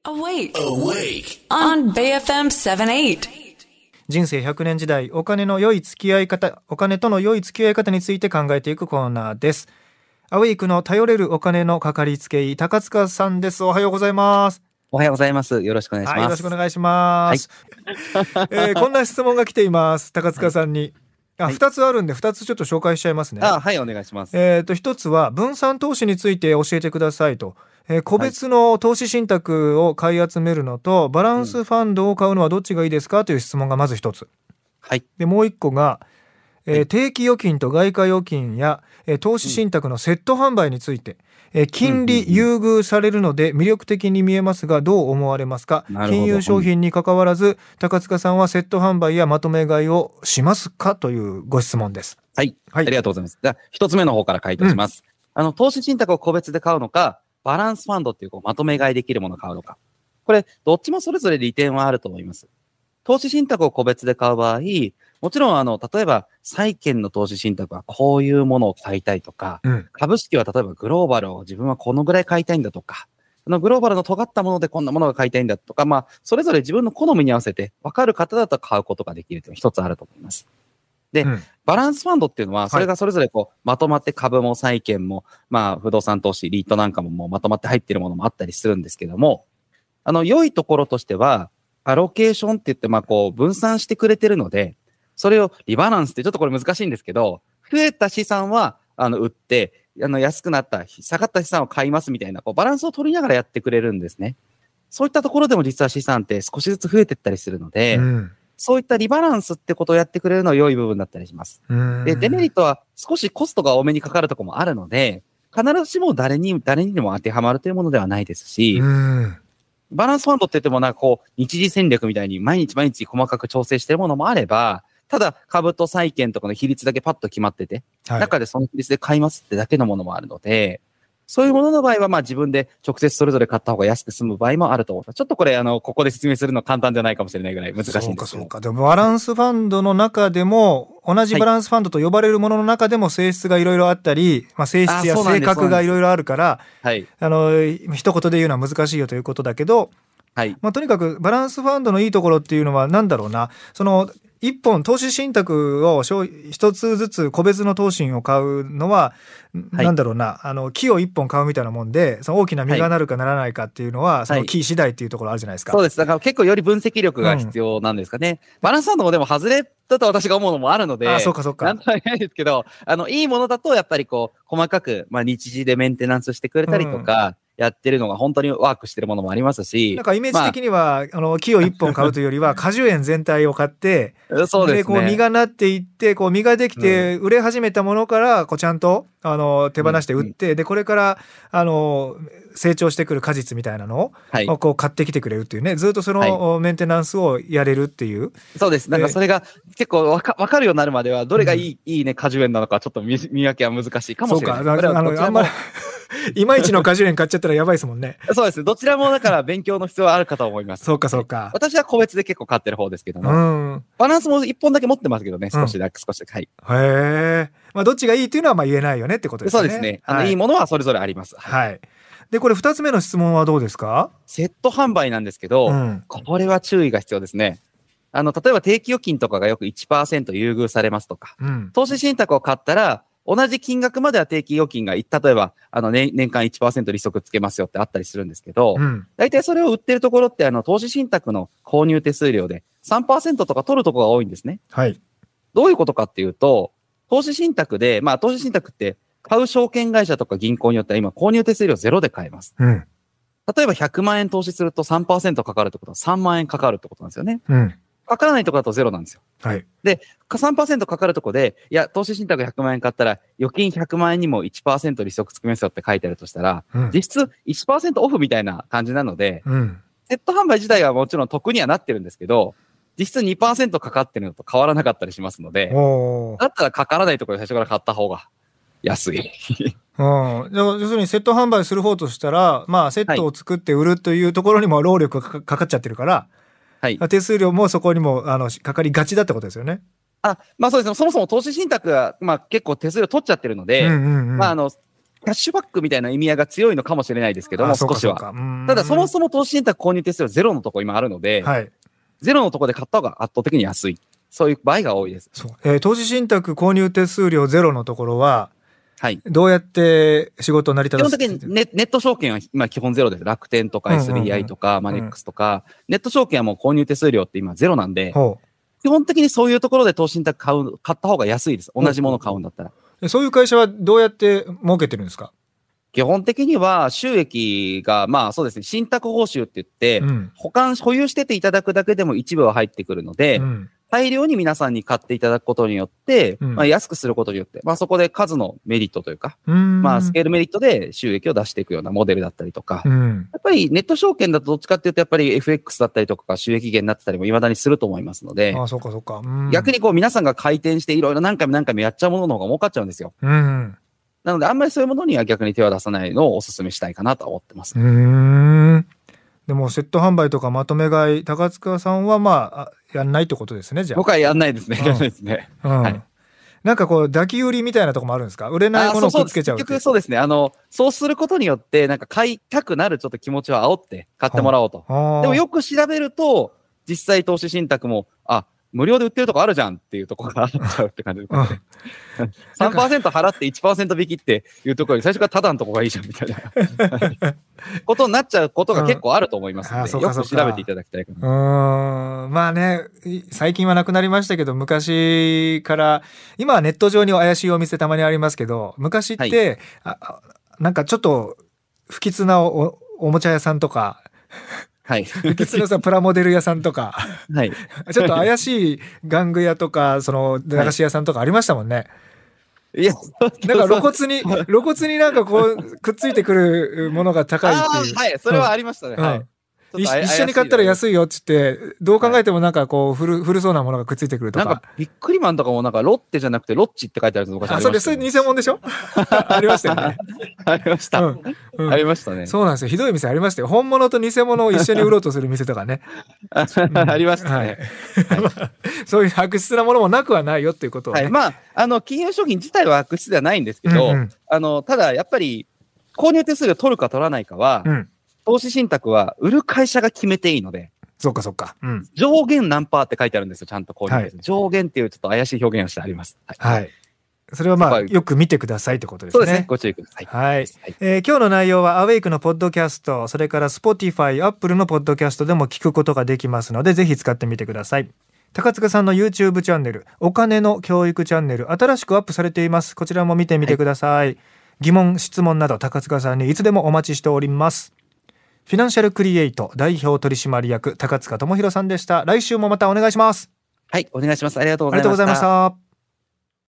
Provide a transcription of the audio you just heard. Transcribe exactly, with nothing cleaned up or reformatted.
Awake. Awake. On ベイエフエムセブンティーエイト。 人生ひゃくねん時代、お金の良い付き合い方、お金との良い付き合い方について考えていくコーナーです。アウェイクの頼れるお金のかかりつけ医、高塚さんです。おはようございます。 おはようございます。よろしくお願いします。 はい、よろしくお願いします。はいえー、こんな質問が来ています。高塚さんに。はいあ、ふたつあるんでふたつちょっと紹介しちゃいますね。 あ、はい、お願いします。 えーと、ひとつは分散投資について教えてくださいと、えー、個別の投資信託を買い集めるのとバランスファンドを買うのはどっちがいいですかという質問がまずひとつ。 はい。 で、もういっこが、えーはい定期預金と外貨預金や、えー投資信託のセット販売について、えー金利優遇されるので魅力的に見えますがどう思われますか。 なるほど金融商品に関わらず高塚さんはセット販売やまとめ買いをしますかというご質問です。 はい。 はいありがとうございます。じゃあ、一つ目の方から回答します。あの、投資信託を個別で買うのか、バランスファンドっていうこうまとめ買いできるものを買うのか。これ、どっちもそれぞれ利点はあると思います。投資信託を個別で買う場合、もちろん、あの、例えば、債券の投資信託はこういうものを買いたいとか、 うん株式は例えばグローバルを自分はこのぐらい買いたいんだとか、あのグローバルの尖ったものでこんなものが買いたいんだとか、まあ、それぞれ自分の好みに合わせて分かる方だと買うことができるというのが一つあると思います。で、 うんバランスファンドっていうのは、それがそれぞれこう、まとまって株も債券も、まあ、不動産投資、リートなんかももうまとまって入ってるものもあったりするんですけども、あの、良いところとしては、アロケーションって言って、まあ、こう、分散してくれてるので、それをリバランスってちょっとこれ難しいんですけど、増えた資産は、あの、売って、あの、安くなった、下がった資産を買いますみたいな、こう、バランスを取りながらやってくれるんですね。そういったところでも実は資産って少しずつ増えていったりするので、 うんそういったリバランスってことをやってくれるのは良い部分だったりします。 うんで、デメリットは少しコストが多めにかかるところもあるので、必ずしも誰に、誰にでも当てはまるというものではないですし、 うんバランスファンドって言ってもなんかこう、日時戦略みたいに毎日毎日細かく調整してるものもあれば、ただ株と債券とかの比率だけパッと決まってて、 はい中でその比率で買いますってだけのものもあるので、そういうものの場合はまあ自分で直接それぞれ買った方が安く済む場合もあると思う。ちょっとこれあの、ここで説明するの簡単じゃないかもしれないぐらい難しいんですけど。 そうかそうか。でもバランスファンドの中でも同じバランスファンドと呼ばれるものの中でも性質がいろいろあったり、まあ、性質やあそうなんです性格がいろいろあるからはい。 あの一言で言うのは難しいよということだけど、 はい。 まあ、とにかくバランスファンドのいいところっていうのは何だろうな、その一本投資信託を一つずつ個別の投資を買うのは、 はいなんだろうな、あの木を一本買うみたいなもんで、その大きな実がなるかならないかっていうのは、その木次第っていうところあるじゃないですか。 そうです。だから結構より分析力が必要なんですかね。バランスファンドもでも外れだと私が思うのもあるので、 あそうかそうかなんとは言えないですけど、あの、いいものだとやっぱりこう、細かく、まあ日時でメンテナンスしてくれたりとか、やってるのが本当にワークしてるものもありますし。 なんかイメージ的には、あの木を一本買うというよりは果樹園全体を買ってそうですね。 こう実がなっていってこう実ができて売れ始めたものからこうちゃんとあの手放して売って、でこれからあの成長してくる果実みたいなのはいをこう買ってきてくれるっていうね、ずっとそのメンテナンスをやれるっていう。 そうです。なんかそれが結構わかわかるようになるまではどれがいい、 うん、 いいね果樹園なのかちょっと見見分けは難しいかもしれない。 そうか、あのあんまりいまいちの果樹園買っちゃったらやばいですもんね。 そうです。どちらもだから勉強の必要はあるかと思います。 そうかそうか。 私は個別で結構買ってる方ですけども、 うん、 バランスも一本だけ持ってますけどね、少しだけ、うん、少しだけ。はい。 へえ。まあどっちがいいっていうのはまあ言えないよねってことですね。 そうですね。あの、 はい、 いいものはそれぞれあります。 はい。はいで、これ二つ目の質問はどうですか？ セット販売なんですけど、うん、これは注意が必要ですね。あの、例えば定期預金とかがよく いちパーセント 優遇されますとか、うん、投資信託を買ったら、同じ金額までは定期預金が、例えば、あの、年、年間 いちパーセント 利息つけますよってあったりするんですけど、うん、大体それを売ってるところって、あの、投資信託の購入手数料で さんパーセント とか取るところが多いんですね。 はい。 どういうことかっていうと、投資信託で、まあ、投資信託って、買う証券会社とか銀行によっては今、購入手数料ゼロで買えます。うん例えばひゃくまんえん投資すると さんパーセント かかるってことはさんまんえんかかるってことなんですよね。うん。かからないところだとゼロなんですよ。 はい。 で、さんパーセント かかるところで、いや、投資信託ひゃくまんえん買ったら、預金ひゃくまんえんにも いちパーセント 利息つきますよって書いてあるとしたら、うん、実質 いちパーセント オフみたいな感じなので、うん、セット販売自体はもちろん得にはなってるんですけど、実質 にパーセント かかってるのと変わらなかったりしますので、だったらかからないところで最初から買った方が安い。 うん、要するにセット販売する方としたら、まあ、セットを作って売るというところにも労力がかかっちゃってるから、はい、手数料もそこにもあのかかりがちだってことですよね。 あ、まあそうですね。そもそも投資信託が、まあ、結構手数料取っちゃってるので、うんうんうん、まああのキャッシュバックみたいな意味合いが強いのかもしれないですけども、少しは。ただ、そもそも投資信託購入手数料ゼロのところ今あるので、はい、ゼロのところで買った方が圧倒的に安い。そういう場合が多いです。 そう、えー、投資信託購入手数料ゼロのところは、 はい、 どうやって仕事を成り立たせて？ 基本的に ネ, ネット証券は今基本ゼロです。楽天とか エスビーアイ とか、マネックスとか、うん、ネット証券はもう購入手数料って今ゼロなんで、基本的にそういうところで投資信託買う、買った方が安いです。同じもの買うんだったら。 そういう会社はどうやって儲けてるんですか？ 基本的には収益が、まあそうですね、信託報酬って言って、うん、保管、保有してていただくだけでも一部は入ってくるので、うん、大量に皆さんに買っていただくことによって、うん、まあ安くすることによって、まあそこで数のメリットというか、うん、まあスケールメリットで収益を出していくようなモデルだったりとか、うん、やっぱりネット証券だとどっちかっていうとやっぱり エフエックス だったりとかが収益源になってたりも未だにすると思いますので、 ああ、そうかそうか。うん、 逆にこう皆さんが回転していろいろ何回も何回もやっちゃうものの方が儲かっちゃうんですよ。うん、なのであんまりそういうものには逆に手を出さないのをお勧めしたいかなと思ってます。 うーん。でもセット販売とかまとめ買い、高塚さんはまあやんないってことですね。じゃあ僕はやんないですね。やんないですね。 うん、はい。なんかこう抱き売りみたいなとこもあるんですか？売れないものをくっつけちゃうって。 結局そうですね。あのそうすることによってなんか買いたくなるちょっと気持ちを煽って買ってもらおうと。でもよく調べると実際投資信託もあ無料で売ってるとこあるじゃんっていうところがあっちゃうって感じですね。さんパーセント 払って いちパーセント 引きっていうところより最初からタダのとこがいいじゃんみたいなことになっちゃうことが結構あると思いますので、うん、よく調べていただきたいかな。 うーん、まあね、最近はなくなりましたけど、昔から今はネット上に怪しいお店たまにありますけど、昔って、はい、あなんかちょっと不吉な お, おもちゃ屋さんとかはい。 不吉なさプラモデル屋さんとか、 はい。 ちょっと怪しい玩具屋とか、その駄菓子屋さんとかありましたもんね。はい、 いや、 なんか露骨に露骨になんかこうくっついてくるものが高いっていう。 はい、それはありましたね。うん、はい。 一緒に買ったら安いよっつってどう考えてもなんかこう古古そうなものがくっついてくるとか。 なんかビックリマンとかもなんかロッテじゃなくてロッチって書いてあるのがありました、ね。 あ、それそれ偽物でしょ？ありましたよね。 ありました、うんうん。ありましたね。 そうなんですよ。ひどい店ありましたよ。本物と偽物を一緒に売ろうとする店とかね。 うん、ありましたね。 はい、そういう悪質なものもなくはないよっていうことを、ね。 はい。まああの金融商品自体は悪質ではないんですけど、うんうん、あのただやっぱり購入手数料取るか取らないかは。うん、投資信託は売る会社が決めていいので。 そうかそうか。うん、 上限何パーって書いてあるんですよ、ちゃんと購入手数料。上限っていうちょっと怪しい表現をしてあります。 はい。はい、それはまあよく見てくださいってことですね。 そうですね。ご注意ください。 はい。はい、えー、今日の内容はアウェイクのポッドキャスト、それから Spotify、Apple のポッドキャストでも聞くことができますので、ぜひ使ってみてください。高塚さんの YouTube チャンネル、お金の教育チャンネル、新しくアップされています。こちらも見てみてください。はい、疑問、質問など高塚さんにいつでもお待ちしております。フィナンシャルクリエイト代表取締役高塚智博さんでした。来週もまたお願いします。 はい、お願いします。ありがとうございました。 ありがとうございました。